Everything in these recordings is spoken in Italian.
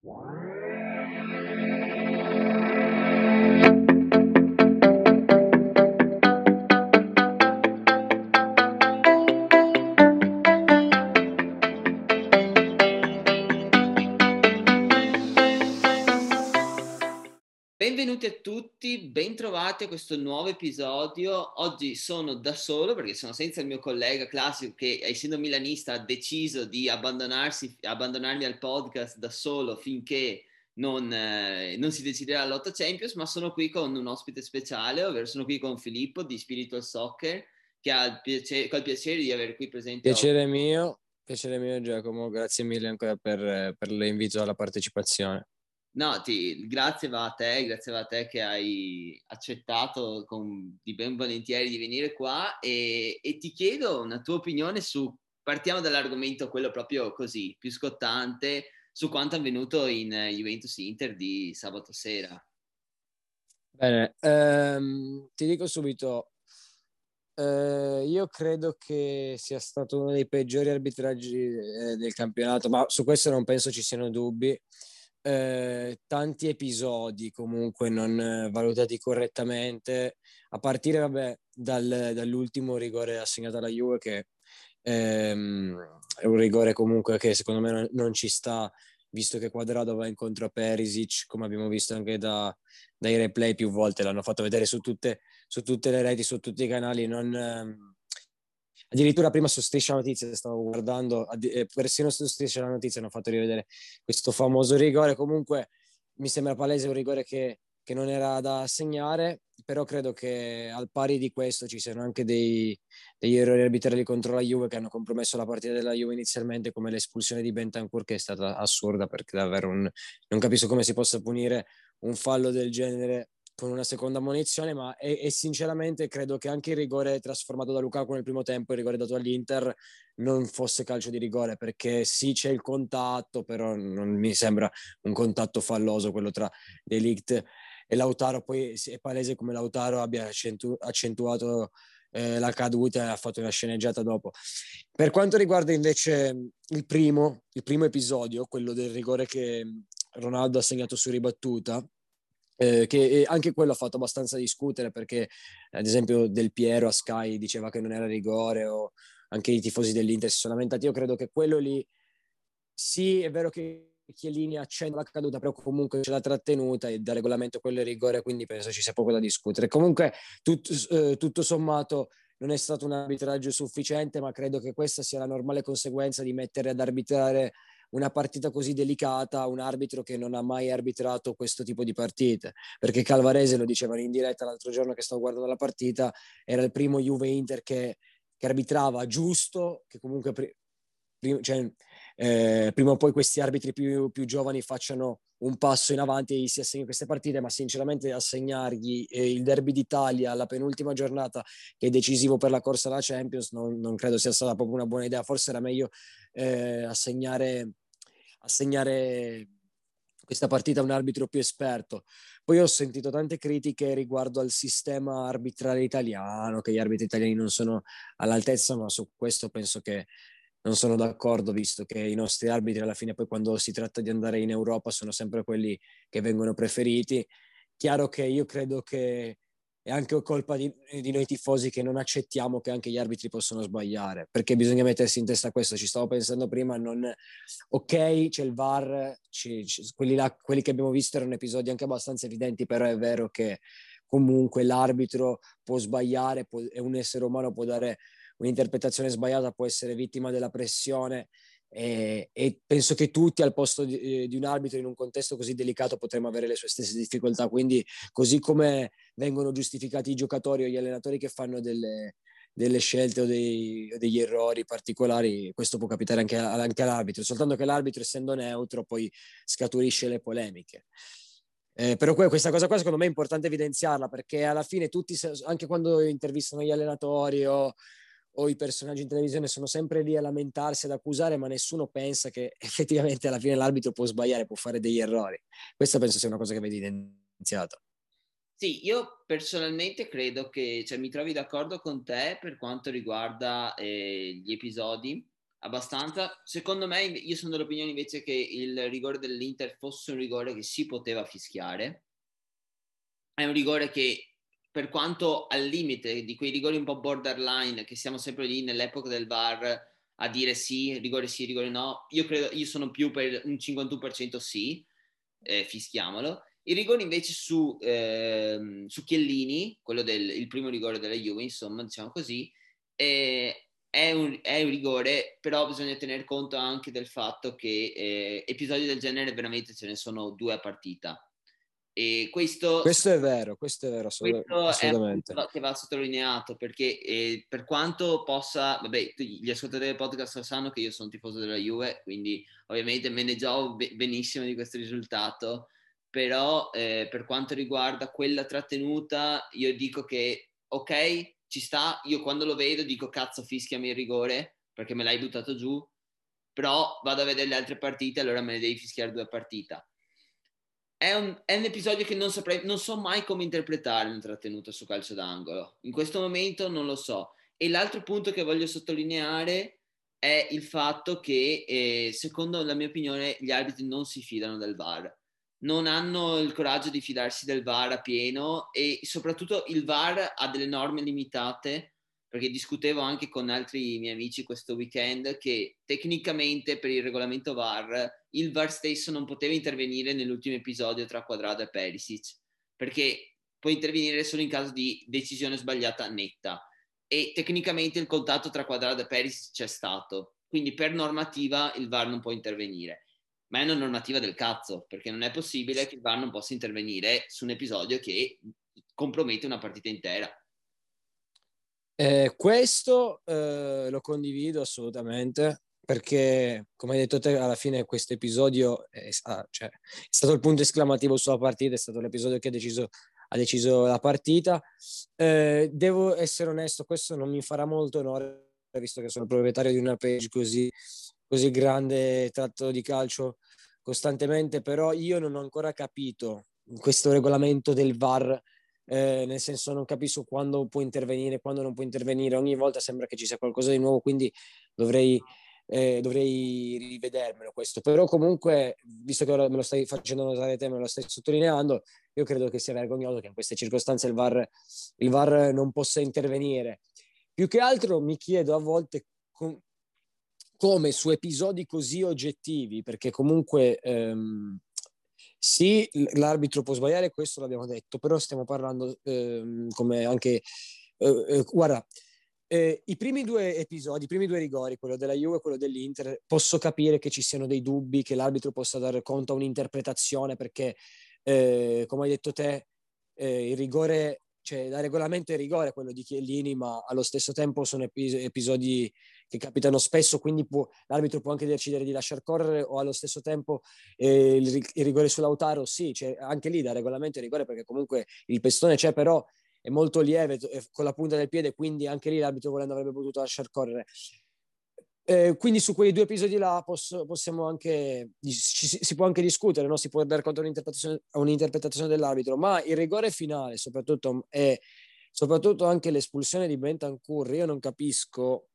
Benvenuti a tutti, bentrovati a questo nuovo episodio. Oggi sono da solo perché sono senza il mio collega classico che, essendo milanista, ha deciso di abbandonarmi al podcast da solo finché non si deciderà l'Otto Champions, ma sono qui con un ospite speciale, ovvero sono qui con Filippo di Spiritual Soccer, che ha col piacere di avere qui presente oggi. Piacere mio Giacomo, grazie mille ancora per l'invito alla partecipazione. No, grazie va a te che hai accettato di ben volentieri di venire qua e ti chiedo una tua opinione partiamo dall'argomento quello proprio così, più scottante, su quanto è avvenuto in Juventus-Inter di sabato sera. Bene, ti dico subito, io credo che sia stato uno dei peggiori arbitraggi del campionato, ma su questo non penso ci siano dubbi. Tanti episodi comunque non valutati correttamente, a partire dall'ultimo rigore assegnato alla Juve, che è un rigore comunque che secondo me non ci sta, visto che Quadrado va incontro a Perisic, come abbiamo visto anche dai replay più volte, l'hanno fatto vedere su tutte le reti, su tutti i canali. Addirittura prima su Striscia Notizie stavo guardando, persino su Striscia Notizie hanno fatto rivedere questo famoso rigore. Comunque mi sembra palese un rigore che non era da assegnare, però credo che al pari di questo ci siano anche degli errori arbitrali contro la Juve che hanno compromesso la partita della Juve inizialmente, come l'espulsione di Bentancur, che è stata assurda, perché davvero non capisco come si possa punire un fallo del genere con una seconda munizione, e sinceramente credo che anche il rigore trasformato da Lukaku nel primo tempo, il rigore dato all'Inter, non fosse calcio di rigore, perché sì, c'è il contatto, però non mi sembra un contatto falloso quello tra De Ligt e Lautaro. Poi è palese come Lautaro abbia accentuato la caduta e ha fatto una sceneggiata dopo. Per quanto riguarda invece il primo episodio, quello del rigore che Ronaldo ha segnato su ribattuta, che anche quello ha fatto abbastanza discutere, perché ad esempio Del Piero a Sky diceva che non era rigore, o anche i tifosi dell'Inter si sono lamentati. Io credo che quello lì, sì, è vero che Chiellini accende la caduta, però comunque c'è la trattenuta e da regolamento quello è rigore, quindi penso ci sia poco da discutere. Comunque tutto sommato non è stato un arbitraggio sufficiente, ma credo che questa sia la normale conseguenza di mettere ad arbitrare una partita così delicata un arbitro che non ha mai arbitrato questo tipo di partite, perché Calvarese, lo dicevano in diretta l'altro giorno che stavo guardando la partita, era il primo Juve-Inter che arbitrava giusto, che comunque prima o poi questi arbitri più giovani facciano un passo in avanti e si assegni queste partite, ma sinceramente assegnargli il derby d'Italia alla penultima giornata, che è decisivo per la corsa alla Champions, non credo sia stata proprio una buona idea. Forse era meglio assegnare questa partita a un arbitro più esperto. Poi ho sentito tante critiche riguardo al sistema arbitrale italiano, che gli arbitri italiani non sono all'altezza, ma su questo penso che non sono d'accordo, visto che i nostri arbitri alla fine, poi quando si tratta di andare in Europa, sono sempre quelli che vengono preferiti. Chiaro che io credo che è anche colpa di noi tifosi, che non accettiamo che anche gli arbitri possono sbagliare, perché bisogna mettersi in testa questo. Ci stavo pensando prima, ok, c'è il VAR, quelli che abbiamo visto erano episodi anche abbastanza evidenti, però è vero che comunque l'arbitro può sbagliare, è un essere umano, può dare un'interpretazione sbagliata, può essere vittima della pressione, e penso che tutti al posto di un arbitro in un contesto così delicato potremmo avere le sue stesse difficoltà. Quindi, così come vengono giustificati i giocatori o gli allenatori che fanno delle scelte o degli errori particolari, questo può capitare anche all'arbitro, soltanto che l'arbitro, essendo neutro, poi scaturisce le polemiche. Però questa cosa qua secondo me è importante evidenziarla, perché alla fine tutti, anche quando intervistano gli allenatori o i personaggi in televisione, sono sempre lì a lamentarsi, ad accusare, ma nessuno pensa che effettivamente alla fine l'arbitro può sbagliare, può fare degli errori. Questa penso sia una cosa che va evidenziata. Sì, io personalmente credo che, cioè, mi trovi d'accordo con te per quanto riguarda gli episodi. abbastanza. Secondo me, io sono dell'opinione invece che il rigore dell'Inter fosse un rigore che si poteva fischiare. È un rigore che, per quanto al limite di quei rigori un po' borderline, che siamo sempre lì nell'epoca del VAR a dire sì, rigore no, io sono più per un 51% sì, fischiamolo. Il rigore invece su Chiellini, quello il primo rigore della Juve, insomma, diciamo così, è un rigore, però bisogna tener conto anche del fatto che episodi del genere veramente ce ne sono 2 a partita. E questo Questo è vero, questo è un assolutamente. punto che va sottolineato perché per quanto possa, vabbè, gli ascoltatori del podcast lo sanno che io sono tifoso della Juve, quindi ovviamente me ne giovo benissimo di questo risultato, però per quanto riguarda quella trattenuta io dico che ok, ci sta, io quando lo vedo dico cazzo fischiami il rigore perché me l'hai buttato giù, però vado a vedere le altre partite, allora me ne devi fischiare 2 a partita. È un episodio che non so mai come interpretare una trattenuta su calcio d'angolo. In questo momento non lo so. E l'altro punto che voglio sottolineare è il fatto che, secondo la mia opinione, gli arbitri non si fidano del VAR. Non hanno il coraggio di fidarsi del VAR a pieno e soprattutto il VAR ha delle norme limitate, perché discutevo anche con altri miei amici questo weekend che tecnicamente per il regolamento VAR il VAR stesso non poteva intervenire nell'ultimo episodio tra Quadrado e Perisic, perché può intervenire solo in caso di decisione sbagliata netta e tecnicamente il contatto tra Quadrado e Perisic c'è stato, quindi per normativa il VAR non può intervenire, ma è una normativa del cazzo, perché non è possibile che il VAR non possa intervenire su un episodio che compromette una partita intera. Questo lo condivido assolutamente perché, come hai detto te, alla fine questo episodio cioè, è stato il punto esclamativo sulla partita, è stato l'episodio che ha deciso la partita. Devo essere onesto, questo non mi farà molto onore, visto che sono proprietario di una page così grande, tratto di calcio costantemente, però io non ho ancora capito questo regolamento del VAR, nel senso non capisco quando può intervenire, quando non può intervenire, ogni volta sembra che ci sia qualcosa di nuovo, quindi dovrei rivedermelo questo, però comunque, visto che ora me lo stai facendo notare te, me lo stai sottolineando, io credo che sia vergognoso che in queste circostanze il VAR non possa intervenire. Più che altro mi chiedo a volte come su episodi così oggettivi, perché comunque sì, l'arbitro può sbagliare, questo l'abbiamo detto, però stiamo parlando come anche... guarda, i primi 2 episodi, i primi 2 rigori, quello della Juve e quello dell'Inter, posso capire che ci siano dei dubbi, che l'arbitro possa dare conto a un'interpretazione, perché, come hai detto te, il rigore, cioè da regolamento è rigore quello di Chiellini, ma allo stesso tempo sono episodi che capitano spesso, quindi l'arbitro può anche decidere di lasciar correre o allo stesso tempo il rigore su Lautaro, sì, cioè, anche lì da regolamento è rigore perché comunque il pestone c'è, però è molto lieve con la punta del piede, quindi anche lì l'arbitro volendo avrebbe potuto lasciar correre. Quindi su quei 2 episodi là possiamo anche, si può anche discutere, no? Si può dare conto a un'interpretazione dell'arbitro, ma il rigore finale soprattutto e soprattutto anche l'espulsione di Bentancur, io non capisco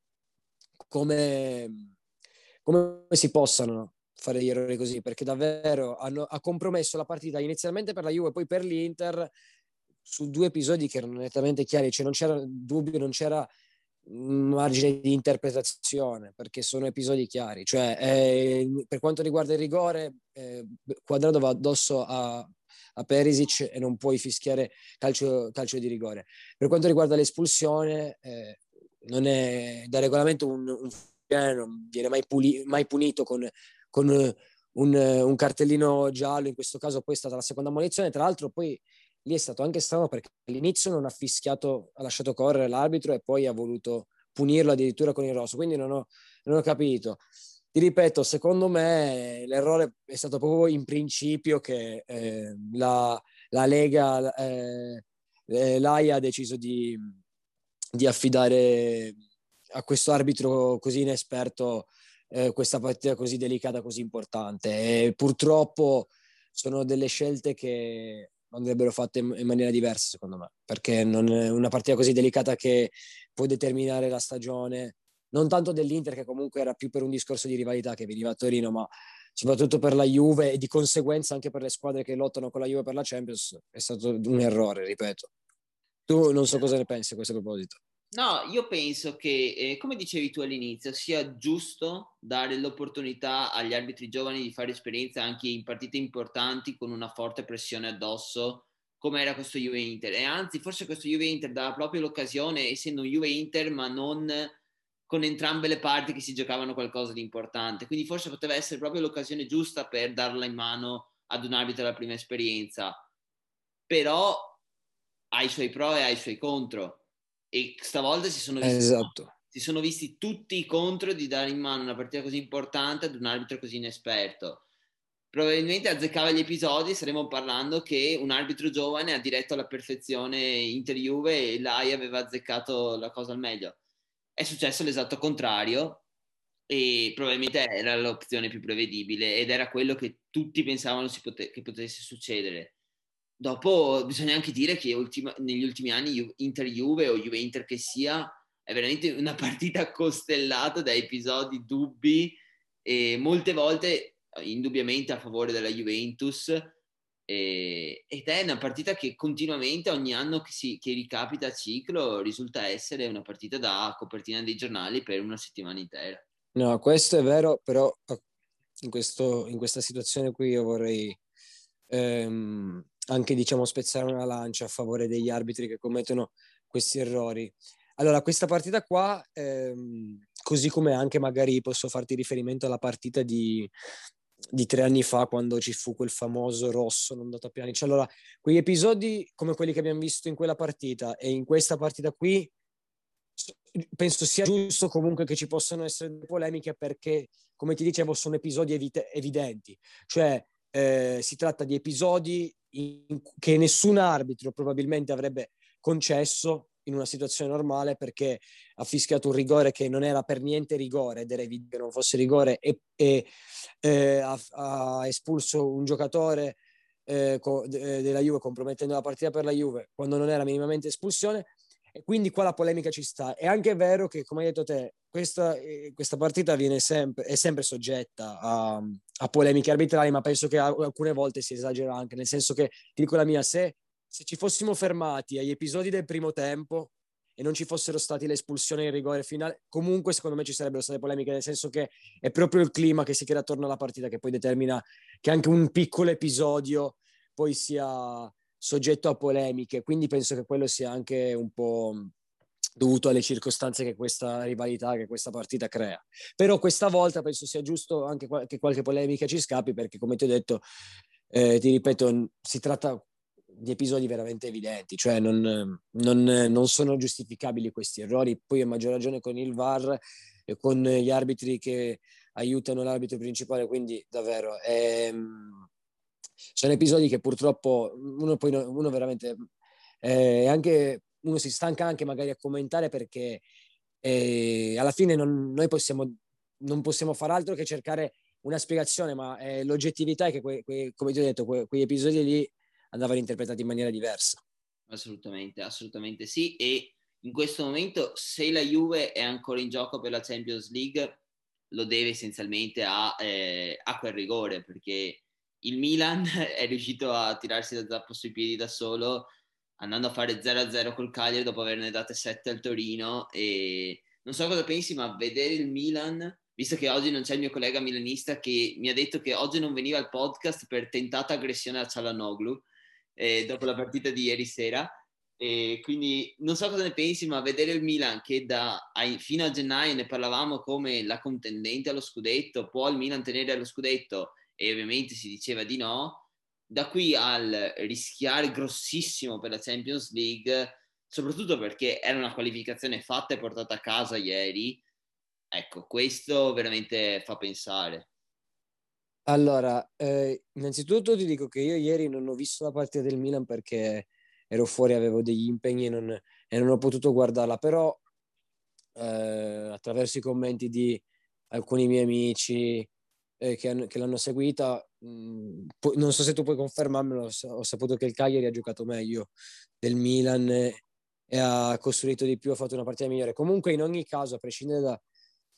come si possano fare gli errori così, perché davvero ha compromesso la partita inizialmente per la Juve, poi per l'Inter su 2 episodi che erano nettamente chiari, cioè non c'era dubbio, non c'era margine di interpretazione, perché sono episodi chiari. Cioè, per quanto riguarda il rigore, Quadrado va addosso a Perisic e non puoi fischiare calcio di rigore. Per quanto riguarda l'espulsione, non è da regolamento non viene mai punito con un cartellino giallo, in questo caso poi è stata la seconda ammonizione, tra l'altro poi lì è stato anche strano perché all'inizio non ha fischiato, ha lasciato correre l'arbitro e poi ha voluto punirlo addirittura con il rosso, quindi non ho capito. Ti ripeto, secondo me l'errore è stato proprio in principio che la Lega, l'AIA ha deciso di affidare a questo arbitro così inesperto questa partita così delicata, così importante. E purtroppo sono delle scelte che andrebbero fatte in maniera diversa, secondo me, perché non è una partita così delicata che può determinare la stagione. non tanto dell'Inter, che comunque era più per un discorso di rivalità che veniva a Torino, ma soprattutto per la Juve e di conseguenza anche per le squadre che lottano con la Juve per la Champions, è stato un errore, ripeto. Tu non so cosa ne pensi a questo proposito. No, io penso che, come dicevi tu all'inizio, sia giusto dare l'opportunità agli arbitri giovani di fare esperienza anche in partite importanti con una forte pressione addosso, come era questo Juve-Inter. E anzi, forse questo Juve-Inter dava proprio l'occasione, essendo un Juve-Inter, ma non con entrambe le parti che si giocavano qualcosa di importante. Quindi forse poteva essere proprio l'occasione giusta per darla in mano ad un arbitro alla prima esperienza. Però ha i suoi pro e ha i suoi contro e stavolta Esatto. si sono visti tutti i contro di dare in mano una partita così importante ad un arbitro così inesperto. Probabilmente azzeccava gli episodi, staremo parlando che un arbitro giovane ha diretto alla perfezione Inter-Juve e l'AI aveva azzeccato la cosa al meglio. È successo l'esatto contrario e probabilmente era l'opzione più prevedibile ed era quello che tutti pensavano che potesse succedere. Dopo bisogna anche dire che negli ultimi anni Inter-Juve o Juve-Inter che sia è veramente una partita costellata da episodi dubbi e molte volte indubbiamente a favore della Juventus ed è una partita che continuamente ogni anno che ricapita a ciclo risulta essere una partita da copertina dei giornali per una settimana intera. No, questo è vero, però in questa situazione qui io vorrei anche, diciamo, spezzare una lancia a favore degli arbitri che commettono questi errori. Allora, questa partita qua, così come anche magari posso farti riferimento alla partita di 3 anni fa, quando ci fu quel famoso rosso non dato a Pjanic. Allora, quegli episodi come quelli che abbiamo visto in quella partita e in questa partita qui, penso sia giusto comunque che ci possano essere delle polemiche perché, come ti dicevo, sono episodi evidenti. Cioè, si tratta di episodi che nessun arbitro probabilmente avrebbe concesso in una situazione normale, perché ha fischiato un rigore che non era per niente rigore ed era evidente che non fosse rigore e ha espulso un giocatore della Juve, compromettendo la partita per la Juve quando non era minimamente espulsione. E quindi qua la polemica ci sta. È anche vero che, come hai detto te, questa partita è sempre soggetta a polemiche arbitrali, ma penso che alcune volte si esagera anche, nel senso che, ti dico la mia, se ci fossimo fermati agli episodi del primo tempo e non ci fossero stati l'espulsione e il rigore finale, comunque secondo me ci sarebbero state polemiche, nel senso che è proprio il clima che si crea attorno alla partita che poi determina che anche un piccolo episodio poi sia soggetto a polemiche, quindi penso che quello sia anche un po' dovuto alle circostanze che questa rivalità, che questa partita crea. Però questa volta penso sia giusto anche che qualche polemica ci scappi, perché come ti ho detto, ti ripeto, si tratta di episodi veramente evidenti, cioè non sono giustificabili questi errori, poi a maggior ragione con il VAR e con gli arbitri che aiutano l'arbitro principale, quindi davvero sono episodi che purtroppo uno veramente anche uno si stanca anche magari a commentare, perché alla fine noi non possiamo fare altro che cercare una spiegazione, ma l'oggettività è che come ti ho detto, quegli episodi lì andavano interpretati in maniera diversa. Assolutamente, assolutamente sì. E in questo momento, se la Juve è ancora in gioco per la Champions League, lo deve essenzialmente a quel rigore, perché il Milan è riuscito a tirarsi da zappo sui piedi da solo, andando a fare 0-0 col Cagliari dopo averne date 7 al Torino. E non so cosa pensi, ma vedere il Milan, visto che oggi non c'è il mio collega milanista che mi ha detto che oggi non veniva al podcast per tentata aggressione a Çalhanoğlu, dopo la partita di ieri sera. E quindi non so cosa ne pensi, ma vedere il Milan che fino a gennaio ne parlavamo come la contendente allo scudetto, può il Milan tenere allo scudetto? E ovviamente si diceva di no. Da qui al rischiare grossissimo per la Champions League, soprattutto perché era una qualificazione fatta e portata a casa ieri, ecco, questo veramente fa pensare. Allora, innanzitutto ti dico che io ieri non ho visto la partita del Milan perché ero fuori, avevo degli impegni e non ho potuto guardarla, però attraverso i commenti di alcuni miei amici che l'hanno seguita, non so se tu puoi confermarmelo, ho saputo che il Cagliari ha giocato meglio del Milan e ha costruito di più, ha fatto una partita migliore. Comunque in ogni caso, a prescindere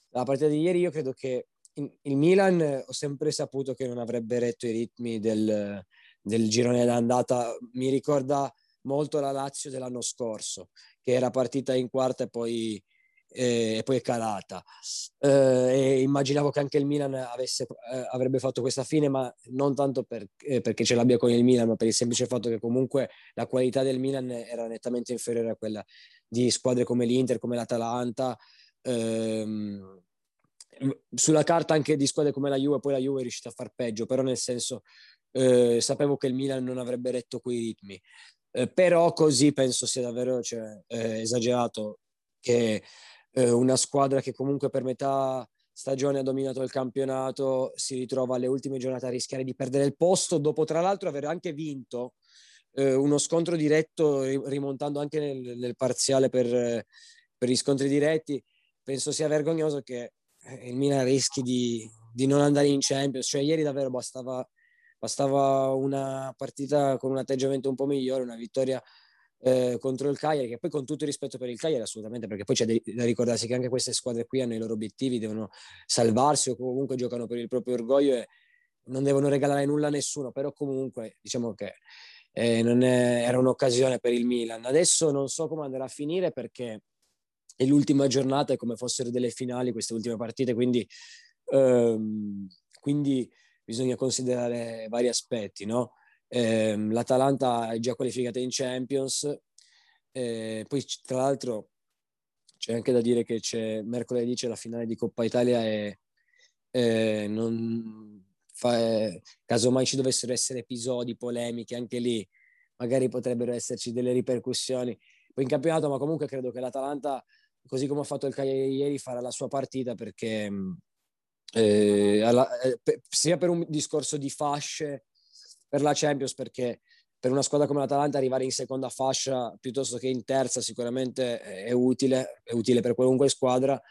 la partita di ieri io credo che il Milan ho sempre saputo che non avrebbe retto i ritmi del girone d'andata. Mi ricorda molto la Lazio dell'anno scorso, che era partita in quarta e poi è calata. E immaginavo che anche il Milan avrebbe fatto questa fine, ma non tanto perché ce l'abbia con il Milan, ma per il semplice fatto che comunque la qualità del Milan era nettamente inferiore a quella di squadre come l'Inter, come l'Atalanta. Ehm, Sulla carta anche di squadre come la Juve, poi la Juve è riuscita a far peggio, però nel senso sapevo che il Milan non avrebbe retto quei ritmi. Però così penso sia davvero, cioè, esagerato che una squadra che comunque per metà stagione ha dominato il campionato si ritrova alle ultime giornate a rischiare di perdere il posto, dopo tra l'altro aver anche vinto uno scontro diretto rimontando anche nel parziale per gli scontri diretti. Penso sia vergognoso che il Milan rischi di non andare in Champions. Cioè ieri davvero bastava una partita con un atteggiamento un po' migliore, una vittoria contro il Cagliari, che poi con tutto il rispetto per il Cagliari assolutamente, perché poi c'è da ricordarsi che anche queste squadre qui hanno i loro obiettivi, devono salvarsi o comunque giocano per il proprio orgoglio e non devono regalare nulla a nessuno, però comunque diciamo che era un'occasione per il Milan. Adesso non so come andrà a finire perché è l'ultima giornata e come fossero delle finali queste ultime partite, quindi bisogna considerare vari aspetti, no? L'Atalanta è già qualificata in Champions, poi tra l'altro c'è anche da dire che mercoledì c'è la finale di Coppa Italia e non casomai ci dovessero essere episodi, polemiche, anche lì magari potrebbero esserci delle ripercussioni poi in campionato, ma comunque credo che l'Atalanta, così come ha fatto il Cagliari ieri, farà la sua partita perché sia per un discorso di fasce per la Champions, perché per una squadra come l'Atalanta arrivare in seconda fascia piuttosto che in terza sicuramente è utile per qualunque squadra.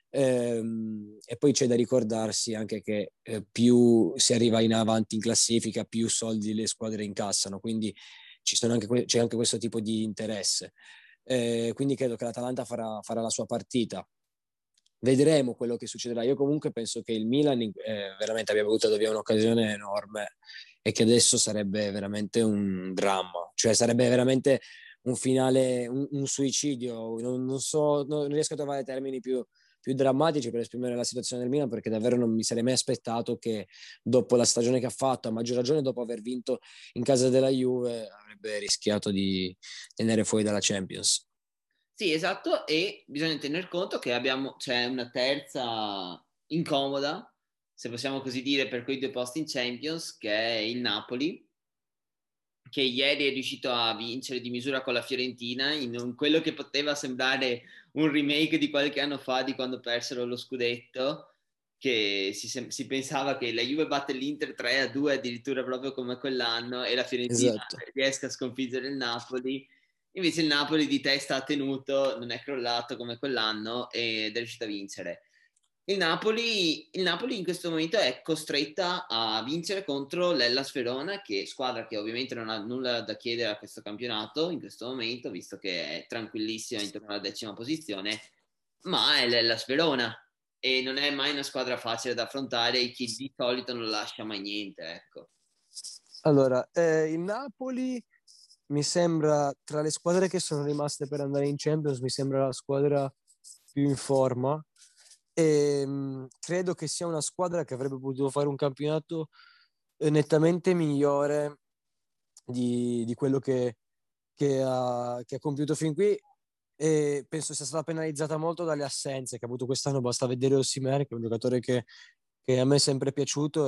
E poi c'è da ricordarsi anche che più si arriva in avanti in classifica, più soldi le squadre incassano, quindi c'è anche questo tipo di interesse. Quindi credo che l'Atalanta farà la sua partita. Vedremo quello che succederà. Io comunque penso che il Milan veramente abbia buttato via un'occasione enorme e che adesso sarebbe veramente un dramma, cioè sarebbe veramente un finale, un suicidio. Non so, non riesco a trovare termini più drammatici per esprimere la situazione del Milan perché davvero non mi sarei mai aspettato che dopo la stagione che ha fatto, a maggior ragione dopo aver vinto in casa della Juve, avrebbe rischiato di tenere fuori dalla Champions. Sì, esatto, e bisogna tener conto che c'è una terza incomoda, se possiamo così dire, per quei due posti in Champions, che è il Napoli, che ieri è riuscito a vincere di misura con la Fiorentina quello che poteva sembrare un remake di qualche anno fa, di quando persero lo scudetto, che si pensava che la Juve batte l'Inter 3-2 addirittura proprio come quell'anno e la Fiorentina Esatto. riesca a sconfiggere il Napoli. Invece il Napoli di testa ha tenuto, non è crollato come quell'anno ed è riuscito a vincere. Il Napoli in questo momento è costretta a vincere contro l'Hellas Verona, che è squadra che ovviamente non ha nulla da chiedere a questo campionato in questo momento, visto che è tranquillissima intorno alla 10ª posizione, ma è l'Hellas Verona e non è mai una squadra facile da affrontare e chi di solito non lascia mai niente, ecco. Allora, il Napoli mi sembra, tra le squadre che sono rimaste per andare in Champions, mi sembra la squadra più in forma e credo che sia una squadra che avrebbe potuto fare un campionato nettamente migliore di quello che ha compiuto fin qui e penso sia stata penalizzata molto dalle assenze che ha avuto quest'anno. Basta vedere Osimhen, che è un giocatore che a me è sempre piaciuto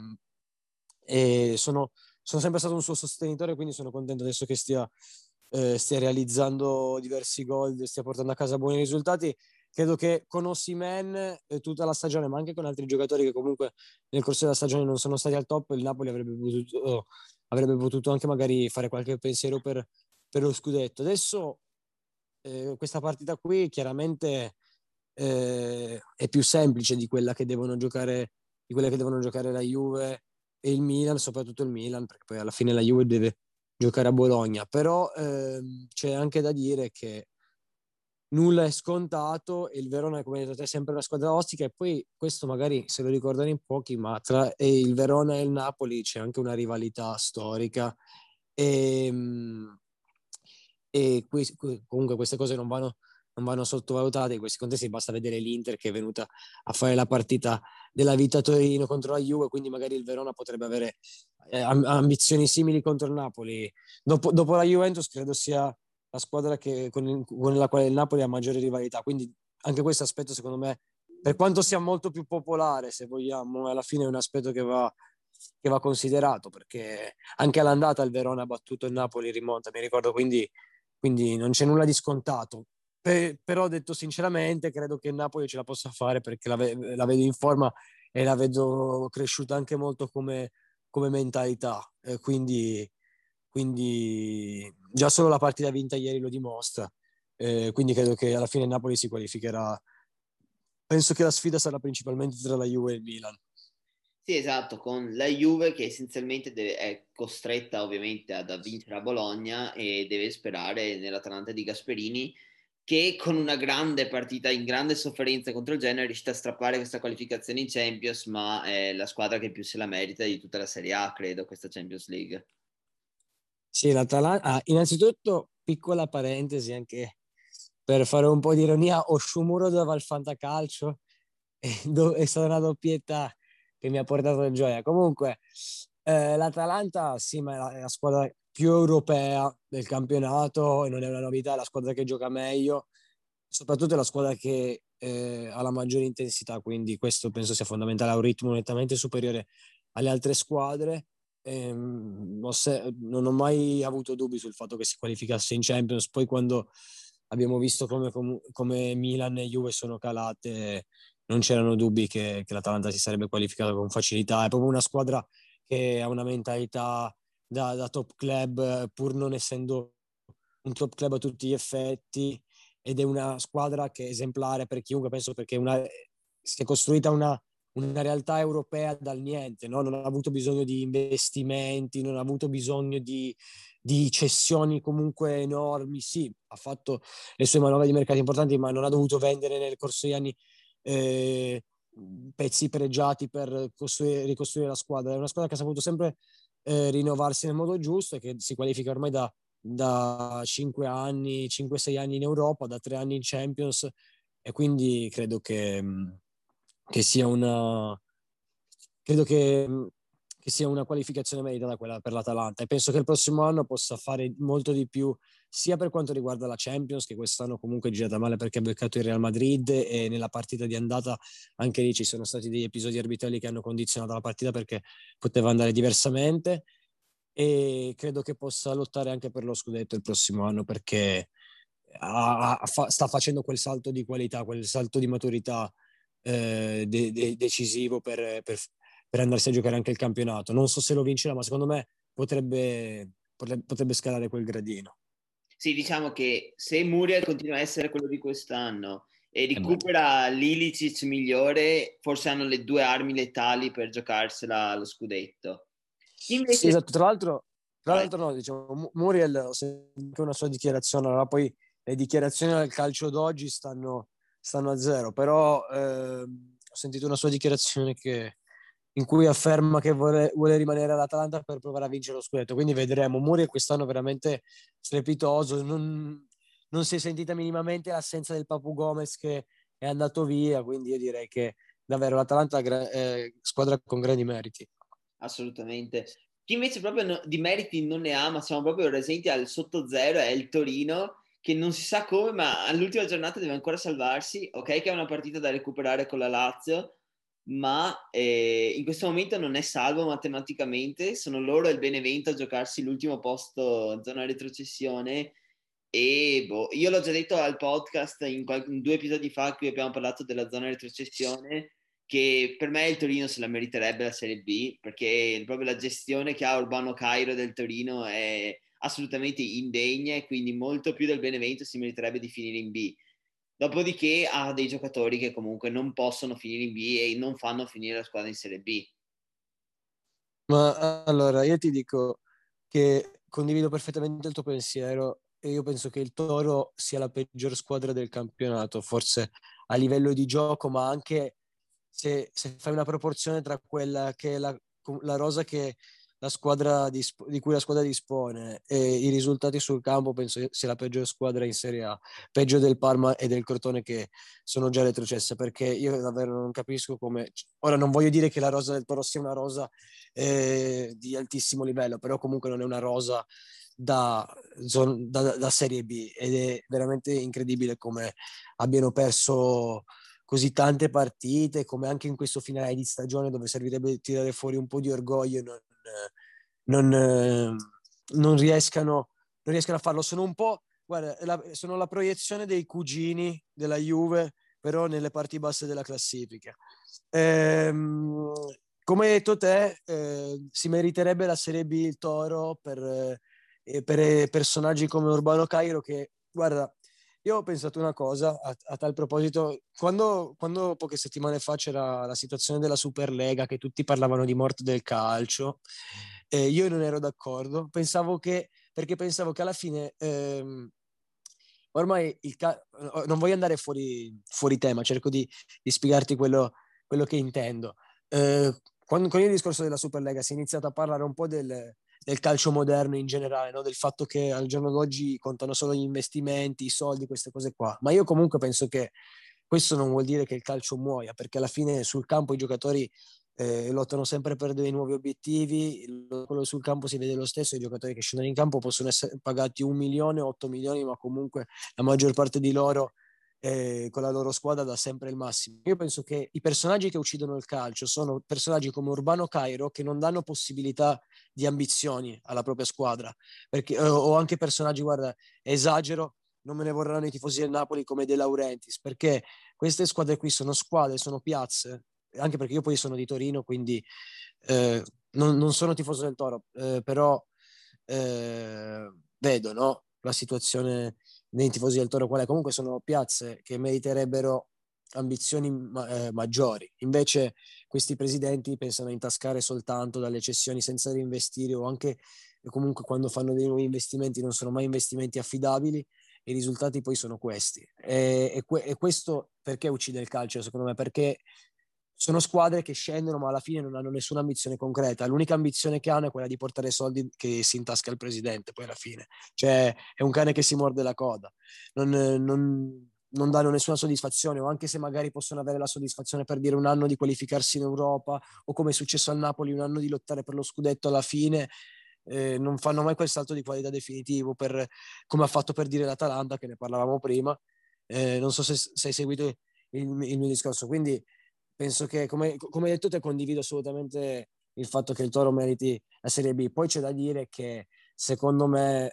e sono sempre stato un suo sostenitore, quindi sono contento adesso che stia realizzando diversi gol, stia portando a casa buoni risultati. Credo che con Osimhen tutta la stagione, ma anche con altri giocatori che comunque nel corso della stagione non sono stati al top, il Napoli avrebbe potuto anche magari fare qualche pensiero per lo scudetto. Adesso questa partita qui chiaramente è più semplice di quella che devono giocare la Juve e il Milan, soprattutto il Milan, perché poi alla fine la Juve deve giocare a Bologna, però c'è anche da dire che nulla è scontato e il Verona, come hai detto te, è sempre una squadra ostica, e poi questo magari se lo ricordano in pochi, ma tra il Verona e il Napoli c'è anche una rivalità storica e, comunque queste cose non vanno sottovalutate in questi contesti. Basta vedere l'Inter che è venuta a fare la partita della vita a Torino contro la Juve, quindi magari il Verona potrebbe avere ambizioni simili contro il Napoli. Dopo la Juventus credo sia la squadra con la quale il Napoli ha maggiore rivalità, quindi anche questo aspetto secondo me, per quanto sia molto più popolare, se vogliamo, alla fine è un aspetto che va considerato, perché anche all'andata il Verona ha battuto il Napoli in rimonta, mi ricordo, quindi non c'è nulla di scontato. Però detto sinceramente credo che il Napoli ce la possa fare, perché la vedo in forma e la vedo cresciuta anche molto come mentalità, quindi già solo la partita vinta ieri lo dimostra. Quindi credo che alla fine il Napoli si qualificherà. Penso che la sfida sarà principalmente tra la Juve e il Milan. Sì, esatto, con la Juve che essenzialmente è costretta ovviamente ad vincere a Bologna e deve sperare nell'Atalanta di Gasperini, che con una grande partita in grande sofferenza contro il Genoa è riuscita a strappare questa qualificazione in Champions, ma è la squadra che più se la merita di tutta la Serie A, credo, questa Champions League. Sì, l'Atalanta. Innanzitutto, piccola parentesi anche per fare un po' di ironia, Oshumuro dove al fantacalcio è stata una doppietta che mi ha portato gioia. Comunque, l'Atalanta, sì, ma è la squadra più europea del campionato e non è una novità, è la squadra che gioca meglio, soprattutto è la squadra che ha la maggiore intensità, quindi questo penso sia fondamentale, ha un ritmo nettamente superiore alle altre squadre. Non ho mai avuto dubbi sul fatto che si qualificasse in Champions. Poi quando abbiamo visto come Milan e Juve sono calate, non c'erano dubbi che l'Atalanta si sarebbe qualificata con facilità. È proprio una squadra che ha una mentalità da top club, pur non essendo un top club a tutti gli effetti, ed è una squadra che è esemplare per chiunque, penso, perché si è costruita una realtà europea dal niente, no? Non ha avuto bisogno di investimenti, non ha avuto bisogno di cessioni comunque enormi. Sì, ha fatto le sue manovre di mercato importanti, ma non ha dovuto vendere nel corso degli anni eh, pezzi pregiati per ricostruire la squadra. È una squadra che ha saputo sempre rinnovarsi nel modo giusto e che si qualifica ormai da 5 anni, 5-6 anni in Europa, da 3 anni in Champions, e quindi che sia credo che sia una qualificazione meritata quella per l'Atalanta, e penso che il prossimo anno possa fare molto di più, sia per quanto riguarda la Champions, che quest'anno comunque è girata male perché ha beccato il Real Madrid, e nella partita di andata anche lì ci sono stati degli episodi arbitrali che hanno condizionato la partita perché poteva andare diversamente, e credo che possa lottare anche per lo scudetto il prossimo anno, perché sta facendo quel salto di qualità, quel salto di maturità decisivo per andarsi a giocare anche il campionato. Non so se lo vincerà, ma secondo me potrebbe scalare quel gradino. Sì, diciamo che se Muriel continua a essere quello di quest'anno e Beh. recupera l'Ilicic migliore, forse hanno le due armi letali per giocarsela allo scudetto. Chi Sì, invece... esatto. Tra Vai. l'altro no, diciamo, Muriel, ho sentito una sua dichiarazione, allora poi le dichiarazioni del calcio d'oggi stanno a zero, però ho sentito una sua dichiarazione in cui afferma che vuole rimanere all'Atalanta per provare a vincere lo scudetto, quindi vedremo. Muriel quest'anno veramente strepitoso, non si è sentita minimamente l'assenza del Papu Gomez che è andato via, quindi io direi che davvero l'Atalanta è squadra con grandi meriti. Assolutamente. Chi invece proprio di meriti non ne ha, ma siamo proprio resenti al sotto zero, è il Torino, che non si sa come, ma all'ultima giornata deve ancora salvarsi. Ok, che è una partita da recuperare con la Lazio, ma in questo momento non è salvo matematicamente. Sono loro e il Benevento a giocarsi l'ultimo posto zona retrocessione. E boh, io l'ho già detto al podcast in 2 episodi fa, in cui abbiamo parlato della zona retrocessione, che per me il Torino se la meriterebbe la Serie B, perché proprio la gestione che ha Urbano Cairo del Torino è assolutamente indegna, e quindi molto più del Benevento si meriterebbe di finire in B. Dopodiché ha dei giocatori che comunque non possono finire in B e non fanno finire la squadra in Serie B. Ma allora io ti dico che condivido perfettamente il tuo pensiero, e io penso che il Toro sia la peggior squadra del campionato, forse a livello di gioco, ma anche se fai una proporzione tra quella che è la rosa che la squadra di cui la squadra dispone e i risultati sul campo, penso che sia la peggior squadra in Serie A, peggio del Parma e del Crotone che sono già retrocesse, perché io davvero non capisco come... Ora non voglio dire che la rosa del Toro sia una rosa di altissimo livello, però comunque non è una rosa da Serie B, ed è veramente incredibile come abbiano perso così tante partite, come anche in questo finale di stagione dove servirebbe tirare fuori un po' di orgoglio e non, eh, non riescano a farlo. Sono un po', guarda, sono la proiezione dei cugini della Juve, però nelle parti basse della classifica. Ehm, Come hai detto te, si meriterebbe la Serie B il Toro per personaggi come Urbano Cairo che, guarda, io ho pensato una cosa a tal proposito, quando poche settimane fa c'era la situazione della Superlega, che tutti parlavano di morte del calcio, io non ero d'accordo, perché pensavo che alla fine, ormai non voglio andare fuori tema, cerco di spiegarti quello che intendo. Quando con il discorso della Superlega si è iniziato a parlare un po' del calcio moderno in generale, no? Del fatto che al giorno d'oggi contano solo gli investimenti, i soldi, queste cose qua. Ma io comunque penso che questo non vuol dire che il calcio muoia, perché alla fine sul campo i giocatori lottano sempre per dei nuovi obiettivi, quello sul campo si vede lo stesso, i giocatori che scendono in campo possono essere pagati 1 milione, 8 milioni, ma comunque la maggior parte di loro con la loro squadra dà sempre il massimo. Io penso che i personaggi che uccidono il calcio sono personaggi come Urbano Cairo che non danno possibilità di ambizioni alla propria squadra, perché, o anche personaggi, guarda, esagero, non me ne vorranno i tifosi del Napoli come De Laurentiis, perché queste squadre qui sono squadre, sono piazze, anche perché io poi sono di Torino, quindi non sono tifoso del Toro, però vedo, no, la situazione dei tifosi del Toro qual è. Comunque sono piazze che meriterebbero ambizioni maggiori. Invece questi presidenti pensano a intascare soltanto dalle cessioni senza reinvestire, o anche comunque quando fanno dei nuovi investimenti non sono mai investimenti affidabili e i risultati poi sono questi. E questo perché uccide il calcio, secondo me? Perché sono squadre che scendono ma alla fine non hanno nessuna ambizione concreta. L'unica ambizione che hanno è quella di portare soldi che si intasca il presidente poi alla fine. Cioè è un cane che si morde la coda. Non danno nessuna soddisfazione, o anche se magari possono avere la soddisfazione per dire un anno di qualificarsi in Europa, o come è successo al Napoli un anno di lottare per lo scudetto alla fine, non fanno mai quel salto di qualità definitivo, come ha fatto per dire l'Atalanta, che ne parlavamo prima. Non so se hai seguito il mio discorso, quindi penso che, come hai detto te, condivido assolutamente il fatto che il Toro meriti la Serie B. Poi c'è da dire che secondo me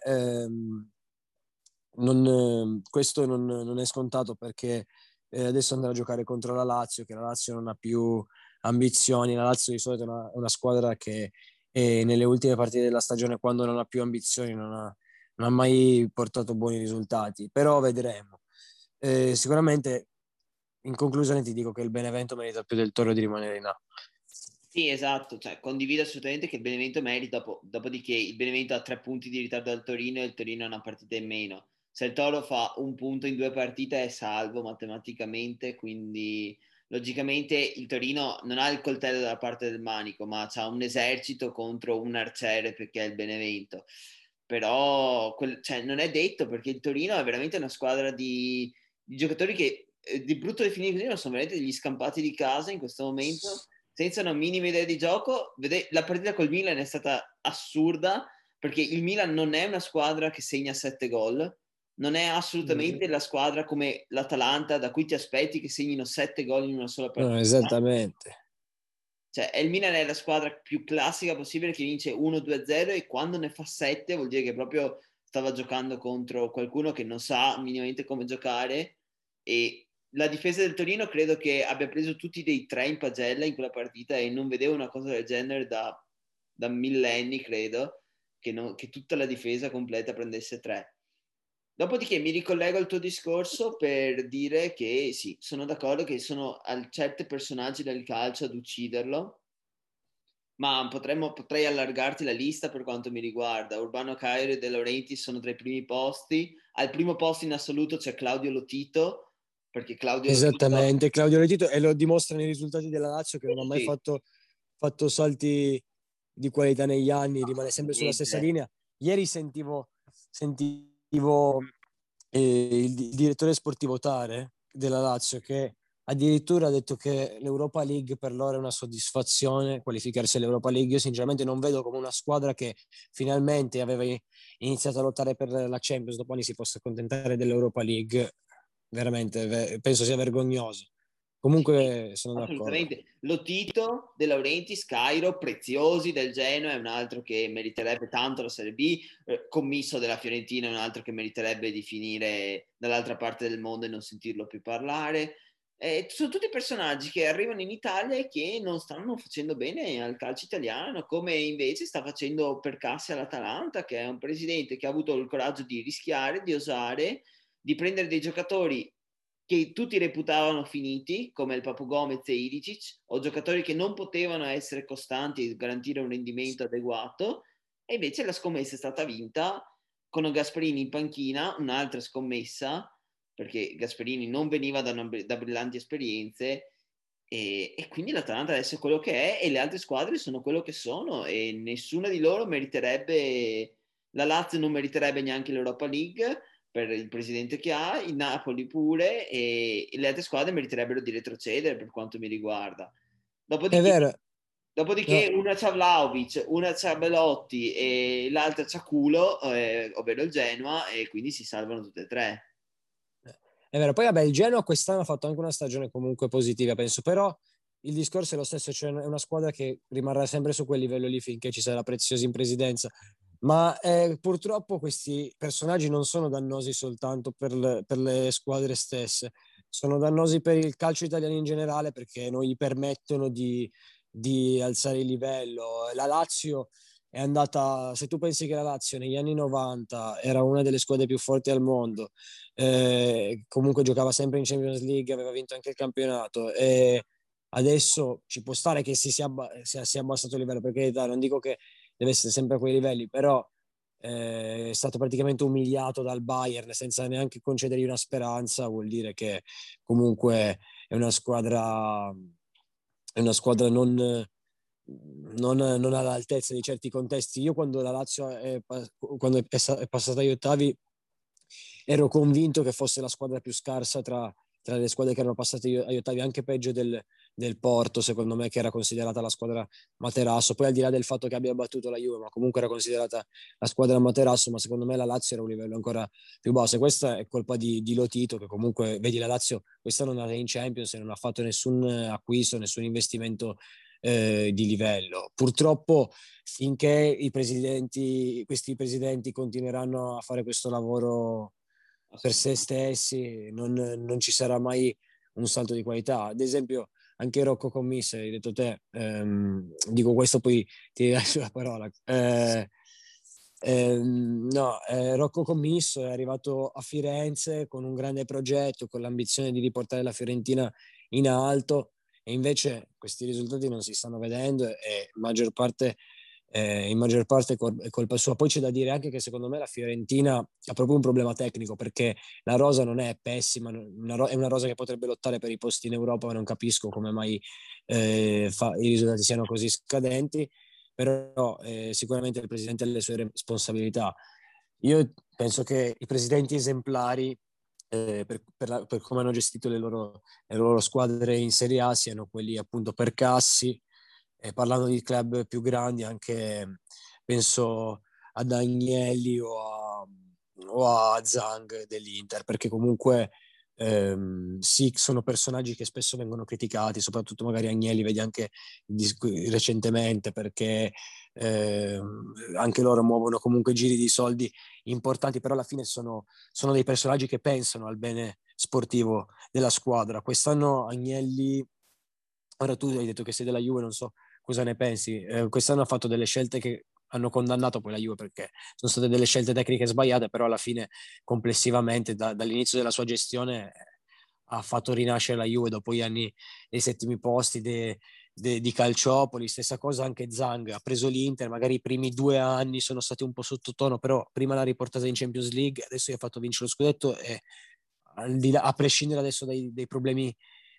questo non è scontato, perché adesso andrà a giocare contro la Lazio, che la Lazio non ha più ambizioni. La Lazio di solito è una squadra che nelle ultime partite della stagione, quando non ha più ambizioni, non ha mai portato buoni risultati, però vedremo. Sicuramente in conclusione ti dico che il Benevento merita più del Toro di rimanere in A. Sì, esatto, cioè, condivido assolutamente che il Benevento merita, dopodiché il Benevento ha 3 punti di ritardo dal Torino e il Torino ha una partita in meno. Se il Toro fa un punto in 2 partite è salvo matematicamente, quindi logicamente il Torino non ha il coltello dalla parte del manico, ma ha un esercito contro un arciere perché è il Benevento. Però cioè, non è detto, perché il Torino è veramente una squadra di giocatori che di brutto definire così, ma sono veramente degli scampati di casa in questo momento senza una minima idea di gioco. La partita col Milan è stata assurda, perché il Milan non è una squadra che segna 7 gol, non è assolutamente la squadra come l'Atalanta da cui ti aspetti che segnino 7 gol in una sola No, partita. esattamente. Cioè, il Milan è la squadra più classica possibile, che vince 1-2-0, e quando ne fa 7 vuol dire che proprio stava giocando contro qualcuno che non sa minimamente come giocare. E la difesa del Torino credo che abbia preso tutti dei 3 in pagella in quella partita, e non vedevo una cosa del genere da millenni, credo, che tutta la difesa completa prendesse 3. Dopodiché mi ricollego al tuo discorso per dire che sì, sono d'accordo che sono certe personaggi del calcio ad ucciderlo, Ma potrei allargarti la lista per quanto mi riguarda. Urbano Cairo e De Laurentiis sono tra i primi posti. Al primo posto in assoluto c'è Claudio Lotito, perché Claudio Lotito... Esattamente, Claudio Lotito, e lo dimostrano i risultati della Lazio che non ha mai Sì, fatto salti di qualità negli anni, rimane sempre sulla stessa assolutamente. linea. Ieri sentivo il direttore sportivo Tare della Lazio che addirittura ha detto che l'Europa League per loro è una soddisfazione, qualificarsi all'Europa League. Io sinceramente non vedo come una squadra che finalmente aveva iniziato a lottare per la Champions, dopo anni si possa accontentare dell'Europa League. Veramente, penso sia vergognoso. Sì, Comunque sono d'accordo. assolutamente. Lotito, De Laurentiis, Cairo, Preziosi del Genoa è un altro che meriterebbe tanto la Serie B, Commisso della Fiorentina è un altro che meriterebbe di finire dall'altra parte del mondo e non sentirlo più parlare. Sono tutti personaggi che arrivano in Italia e che non stanno facendo bene al calcio italiano, come invece sta facendo Percassi all'Atalanta, che è un presidente che ha avuto il coraggio di rischiare, di osare, di prendere dei giocatori che tutti reputavano finiti, come il Papu Gomez e Ilicic, o giocatori che non potevano essere costanti e garantire un rendimento adeguato, e invece la scommessa è stata vinta con Gasperini in panchina, un'altra scommessa, perché Gasperini non veniva da brillanti esperienze, e quindi l'Atalanta adesso è quello che è e le altre squadre sono quello che sono e nessuna di loro meriterebbe, la Lazio non meriterebbe neanche l'Europa League per il presidente che ha, il Napoli pure e le altre squadre meriterebbero di retrocedere per quanto mi riguarda. È Dopodiché, vero, dopodiché no, una c'ha Vlahovic, una c'ha Belotti e l'altra c'ha Culo, ovvero il Genoa, e quindi si salvano tutte e tre. è vero. Poi vabbè, il Genoa quest'anno ha fatto anche una stagione comunque positiva, penso, però il discorso è lo stesso, cioè è una squadra che rimarrà sempre su quel livello lì finché ci sarà Preziosi in presidenza. Ma purtroppo questi personaggi non sono dannosi soltanto per le squadre stesse, sono dannosi per il calcio italiano in generale perché non gli permettono di alzare il livello. La Lazio è andata, se tu pensi che la Lazio negli anni 90 era una delle squadre più forti al mondo, comunque giocava sempre in Champions League, aveva vinto anche il campionato e adesso ci può stare che sia abbassato il livello, perché non dico che deve essere sempre a quei livelli, però è stato praticamente umiliato dal Bayern senza neanche concedergli una speranza, vuol dire che comunque è una squadra non all'altezza di certi contesti. Io quando la Lazio quando è passata agli ottavi ero convinto che fosse la squadra più scarsa tra le squadre che erano passate agli ottavi, anche peggio del Porto, secondo me, che era considerata la squadra materasso. Poi al di là del fatto che abbia battuto la Juve, ma comunque era considerata la squadra materasso, ma secondo me la Lazio era un livello ancora più basso. E questa è colpa di Lotito, che comunque, vedi, la Lazio quest'anno non è in Champions e non ha fatto nessun acquisto, nessun investimento di livello. Purtroppo finché questi presidenti continueranno a fare questo lavoro per se Assolutamente. stessi, non ci sarà mai un salto di qualità. Ad esempio, anche Rocco Commisso, hai detto te, dico questo poi ti lascio la parola. No, Rocco Commisso è arrivato a Firenze con un grande progetto, con l'ambizione di riportare la Fiorentina in alto e invece questi risultati non si stanno vedendo e in maggior parte è colpa sua. Poi c'è da dire anche che secondo me la Fiorentina ha proprio un problema tecnico perché la rosa non è pessima, è una rosa che potrebbe lottare per i posti in Europa, ma non capisco come mai i risultati siano così scadenti, però sicuramente il presidente ha le sue responsabilità. Io penso che i presidenti esemplari per come hanno gestito le loro squadre in Serie A siano quelli appunto Percassi, parlando di club più grandi anche penso ad Agnelli o a Zhang dell'Inter, perché comunque sì, sono personaggi che spesso vengono criticati, soprattutto magari Agnelli, vedi anche recentemente, perché anche loro muovono comunque giri di soldi importanti, però alla fine sono dei personaggi che pensano al bene sportivo della squadra. Quest'anno Agnelli, ora tu hai detto che sei della Juve, non so cosa ne pensi. Quest'anno ha fatto delle scelte che hanno condannato poi la Juve perché sono state delle scelte tecniche sbagliate, però alla fine complessivamente dall'inizio della sua gestione ha fatto rinascere la Juve dopo gli anni dei settimi posti, di Calciopoli. Stessa cosa anche Zhang, ha preso l'Inter, magari i primi 2 anni sono stati un po' sottotono, però prima l'ha riportata in Champions League, adesso gli ha fatto vincere lo scudetto e a prescindere adesso dai problemi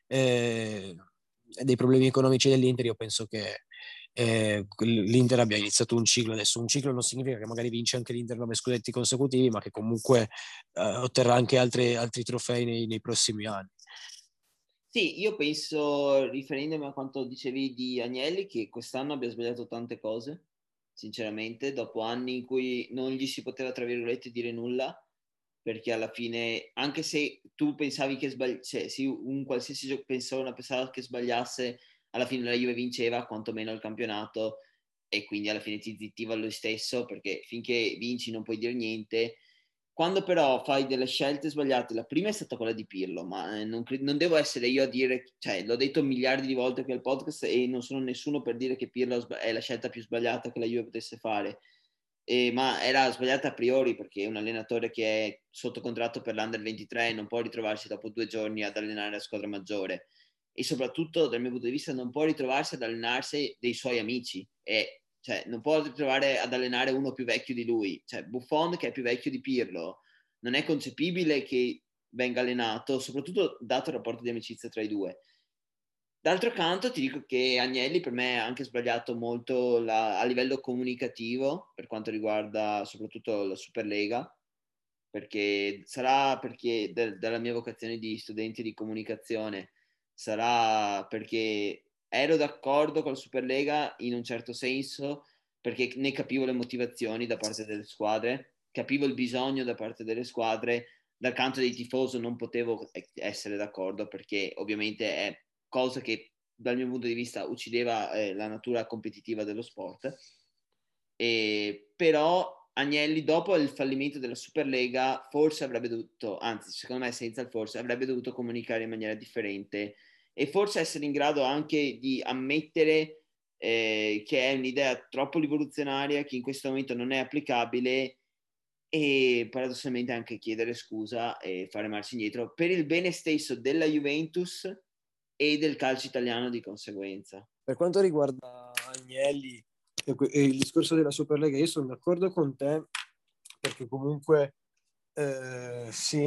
economici dell'Inter, io penso che l'Inter abbia iniziato un ciclo. Adesso un ciclo non significa che magari vince anche l'Inter 9 scudetti consecutivi, ma che comunque otterrà anche altri trofei nei prossimi anni. Sì, io penso, riferendomi a quanto dicevi di Agnelli, che quest'anno abbia sbagliato tante cose, sinceramente, dopo anni in cui non gli si poteva, tra virgolette, dire nulla, perché alla fine, anche se tu pensavi che cioè, sì, un qualsiasi persona pensava che sbagliasse, alla fine la Juve vinceva, quantomeno il campionato, e quindi alla fine ti zittiva lui stesso, perché finché vinci non puoi dire niente. Quando però fai delle scelte sbagliate, la prima è stata quella di Pirlo, ma non devo essere io a dire, cioè l'ho detto miliardi di volte qui al podcast e non sono nessuno per dire che Pirlo è la scelta più sbagliata che la Juve potesse fare, ma era sbagliata a priori perché è un allenatore che è sotto contratto per l'Under 23 e non può ritrovarsi dopo 2 giorni ad allenare la squadra maggiore e soprattutto dal mio punto di vista non può ritrovarsi ad allenarsi dei suoi amici e cioè, non può ritrovare ad allenare uno più vecchio di lui. Cioè, Buffon, che è più vecchio di Pirlo, non è concepibile che venga allenato, soprattutto dato il rapporto di amicizia tra i due. D'altro canto ti dico che Agnelli per me ha anche sbagliato molto a livello comunicativo per quanto riguarda soprattutto la Superlega, perché sarà perché dalla mia vocazione di studente di comunicazione, sarà perché ero d'accordo con la Superlega in un certo senso, perché ne capivo le motivazioni da parte delle squadre, capivo il bisogno da parte delle squadre, dal canto dei tifosi non potevo essere d'accordo perché ovviamente è cosa che dal mio punto di vista uccideva la natura competitiva dello sport. Però Agnelli, dopo il fallimento della Superlega, forse avrebbe dovuto, anzi, secondo me, senza il forse, avrebbe dovuto comunicare in maniera differente e forse essere in grado anche di ammettere che è un'idea troppo rivoluzionaria, che in questo momento non è applicabile e paradossalmente anche chiedere scusa e fare marcia indietro per il bene stesso della Juventus e del calcio italiano di conseguenza. Per quanto riguarda Agnelli e il discorso della Superlega, io sono d'accordo con te perché comunque sì,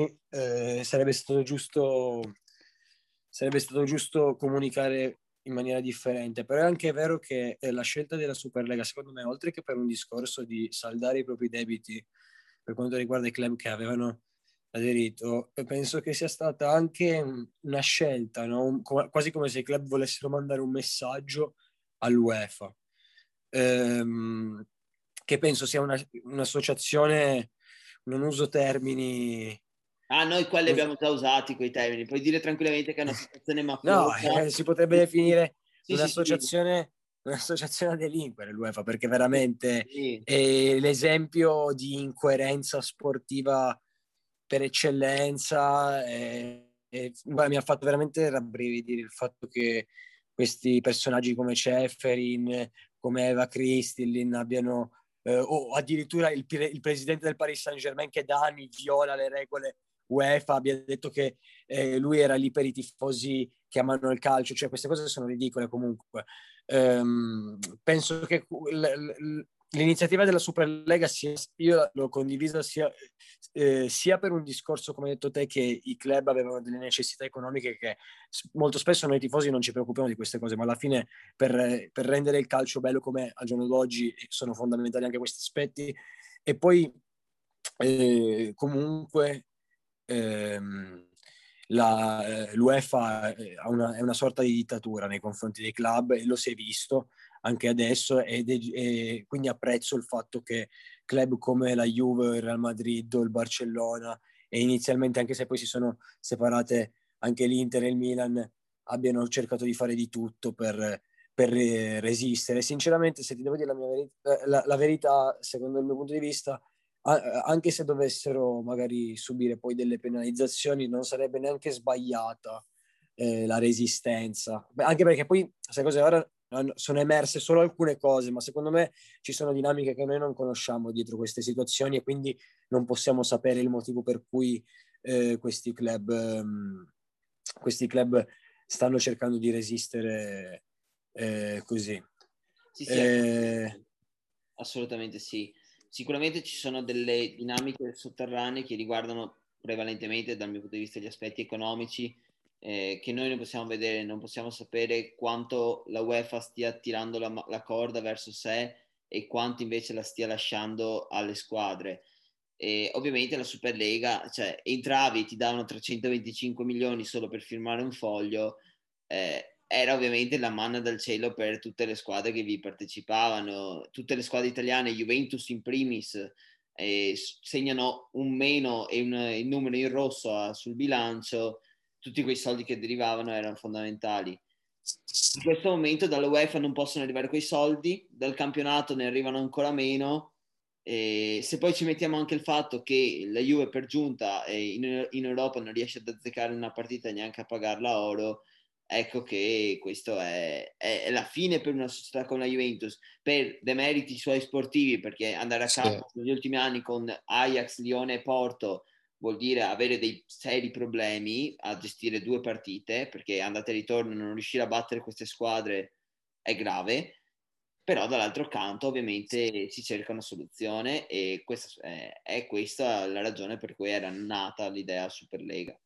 sarebbe stato giusto comunicare in maniera differente, però è anche vero che la scelta della Superlega, secondo me, oltre che per un discorso di saldare i propri debiti per quanto riguarda i club che avevano aderito, penso che sia stata anche una scelta, no? Quasi come se i club volessero mandare un messaggio all'UEFA, che penso sia un'associazione, non uso termini. Ah, noi quelli abbiamo già usati quei termini. Puoi dire tranquillamente che è un'associazione No, mafiosa. si potrebbe definire Sì, sì, sì. un'associazione a delinquere l'UEFA, perché veramente Sì. è l'esempio di incoerenza sportiva per eccellenza. Guarda, mi ha fatto veramente rabbrividire il fatto che questi personaggi come Ceferin, come Eva Kristin abbiano, o addirittura il presidente del Paris Saint-Germain che da anni viola le regole UEFA, abbia detto che lui era lì per i tifosi che amano il calcio, cioè queste cose sono ridicole comunque. Penso che l'iniziativa della Superlega io l'ho condivisa sia per un discorso, come hai detto te, che i club avevano delle necessità economiche che molto spesso noi tifosi non ci preoccupiamo di queste cose, ma alla fine per rendere il calcio bello come al giorno d'oggi sono fondamentali anche questi aspetti. E poi comunque l'UEFA è una sorta di dittatura nei confronti dei club e lo si è visto anche adesso e quindi apprezzo il fatto che club come la Juve, il Real Madrid o il Barcellona e inizialmente anche se poi si sono separate anche l'Inter e il Milan abbiano cercato di fare di tutto per resistere. Sinceramente, se ti devo dire la verità, secondo il mio punto di vista, anche se dovessero magari subire poi delle penalizzazioni, non sarebbe neanche sbagliata la resistenza. Beh, anche perché poi, sai cos'è, ora sono emerse solo alcune cose, ma secondo me ci sono dinamiche che noi non conosciamo dietro queste situazioni e quindi non possiamo sapere il motivo per cui questi club stanno cercando di resistere così. Sì, sì, assolutamente sì. Sicuramente ci sono delle dinamiche sotterranee che riguardano prevalentemente, dal mio punto di vista, gli aspetti economici, che noi non possiamo vedere, non possiamo sapere quanto la UEFA stia tirando la corda verso sé e quanto invece la stia lasciando alle squadre. E ovviamente la Superlega, cioè entravi, ti davano 325 milioni solo per firmare un foglio, era ovviamente la manna dal cielo per tutte le squadre che vi partecipavano, tutte le squadre italiane, Juventus in primis, segnano un meno e il numero in rosso sul bilancio, tutti quei soldi che derivavano erano fondamentali. In questo momento dalla UEFA non possono arrivare quei soldi, dal campionato ne arrivano ancora meno. E se poi ci mettiamo anche il fatto che la Juve per giunta in Europa non riesce ad azzeccare una partita neanche a pagarla a oro, ecco che questo è la fine per una società come la Juventus, per demeriti suoi sportivi, perché andare a sì. casa negli ultimi anni con Ajax, Lione e Porto vuol dire avere dei seri problemi a gestire due partite, perché andate e ritorno non riuscire a battere queste squadre è grave, però dall'altro canto ovviamente si cerca una soluzione e è questa la ragione per cui era nata l'idea Superlega.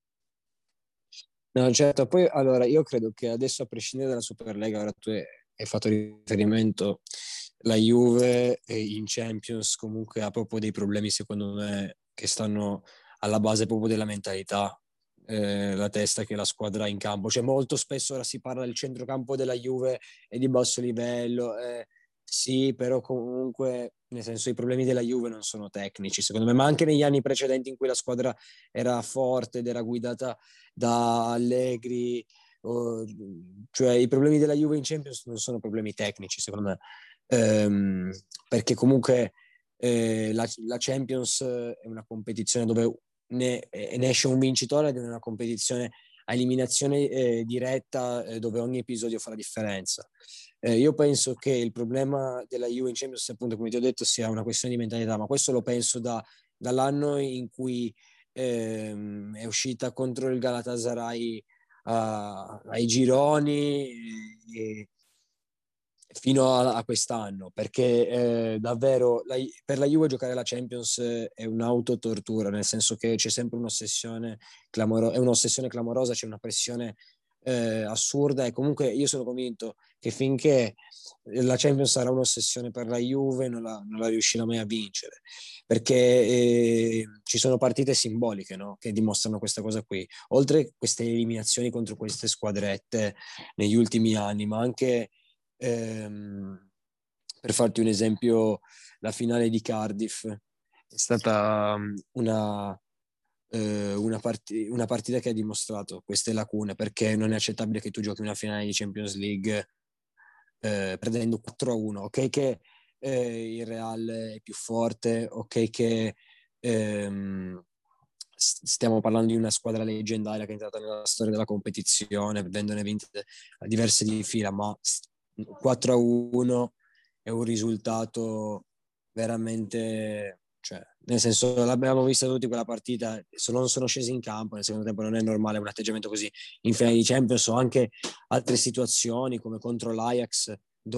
No, certo, poi allora io credo che adesso a prescindere dalla Superlega, ora tu hai fatto riferimento, la Juve in Champions comunque ha proprio dei problemi secondo me che stanno alla base proprio della mentalità, la testa che la squadra ha in campo, cioè molto spesso ora si parla del centrocampo della Juve e di basso livello, sì, però comunque nel senso i problemi della Juve non sono tecnici secondo me, ma anche negli anni precedenti in cui la squadra era forte ed era guidata da Allegri, cioè i problemi della Juve in Champions non sono problemi tecnici secondo me, perché comunque la Champions è una competizione dove ne esce un vincitore ed è una competizione a eliminazione diretta dove ogni episodio fa la differenza. Io penso che il problema della Juve in Champions, appunto come ti ho detto, sia una questione di mentalità, ma questo lo penso dall'anno in cui è uscita contro il Galatasaray ai gironi fino a quest'anno, perché davvero per la Juve giocare la Champions è un'autotortura, nel senso che c'è sempre un'ossessione, è un'ossessione clamorosa, c'è una pressione assurda e comunque io sono convinto che finché la Champions sarà un'ossessione per la Juve non la riuscirà mai a vincere, perché ci sono partite simboliche, no? Che dimostrano questa cosa qui, oltre queste eliminazioni contro queste squadrette negli ultimi anni, ma anche per farti un esempio, la finale di Cardiff è stata una partita che ha dimostrato queste lacune, perché non è accettabile che tu giochi una finale di Champions League perdendo 4-1. Ok che il Real è più forte, ok che stiamo parlando di una squadra leggendaria che è entrata nella storia della competizione, avendone vinte diverse di fila, ma 4-1 è un risultato veramente, cioè, nel senso l'abbiamo vista tutti quella partita, non sono scesi in campo nel secondo tempo, non è normale un atteggiamento così in finale di Champions o anche altre situazioni come contro l'Ajax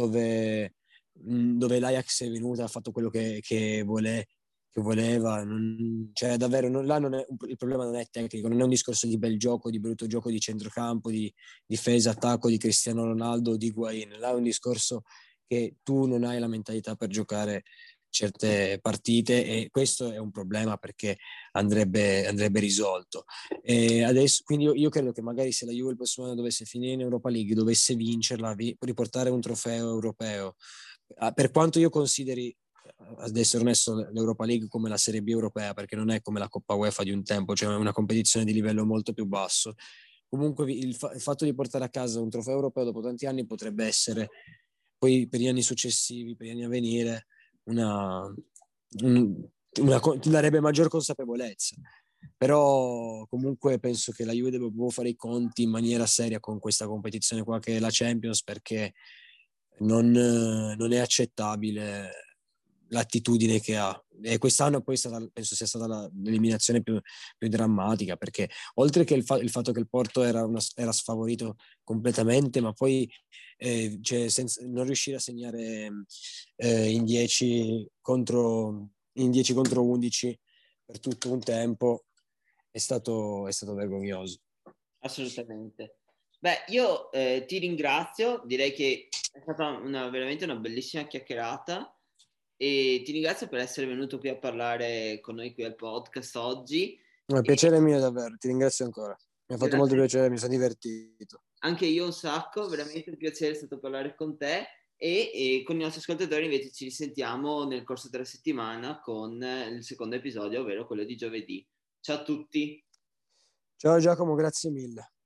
dove l'Ajax è venuta, ha fatto quello che voleva, cioè davvero là il problema non è tecnico, non è un discorso di bel gioco, di brutto gioco di centrocampo, di difesa, attacco di Cristiano Ronaldo o di Higuain, là è un discorso che tu non hai la mentalità per giocare certe partite e questo è un problema perché andrebbe risolto. E adesso, quindi io credo che magari se la Juve il prossimo anno dovesse finire in Europa League, dovesse vincerla, riportare un trofeo europeo, per quanto io consideri adesso onesto l'Europa League come la Serie B europea, perché non è come la Coppa UEFA di un tempo, cioè una competizione di livello molto più basso. Comunque il fatto di portare a casa un trofeo europeo dopo tanti anni potrebbe essere poi per gli anni successivi, per gli anni a venire, ti darebbe maggior consapevolezza. Però comunque penso che la Juve deve proprio fare i conti in maniera seria con questa competizione qua che è la Champions, perché non è accettabile l'attitudine che ha e quest'anno poi penso sia stata l'eliminazione più drammatica, perché oltre che il fatto che il Porto era sfavorito completamente, ma poi non riuscire a segnare in 10 contro 11 per tutto un tempo è stato vergognoso. Assolutamente. Beh, io ti ringrazio, direi che è stata veramente una bellissima chiacchierata e ti ringrazio per essere venuto qui a parlare con noi qui al podcast oggi. Un E piacere mio davvero, ti ringrazio ancora. Mi ha fatto molto grazie. piacere, mi sono divertito. Anche io un sacco, veramente un piacere è stato parlare con te e con i nostri ascoltatori invece ci risentiamo nel corso della settimana con il secondo episodio, ovvero quello di giovedì. Ciao a tutti! Ciao Giacomo, grazie mille.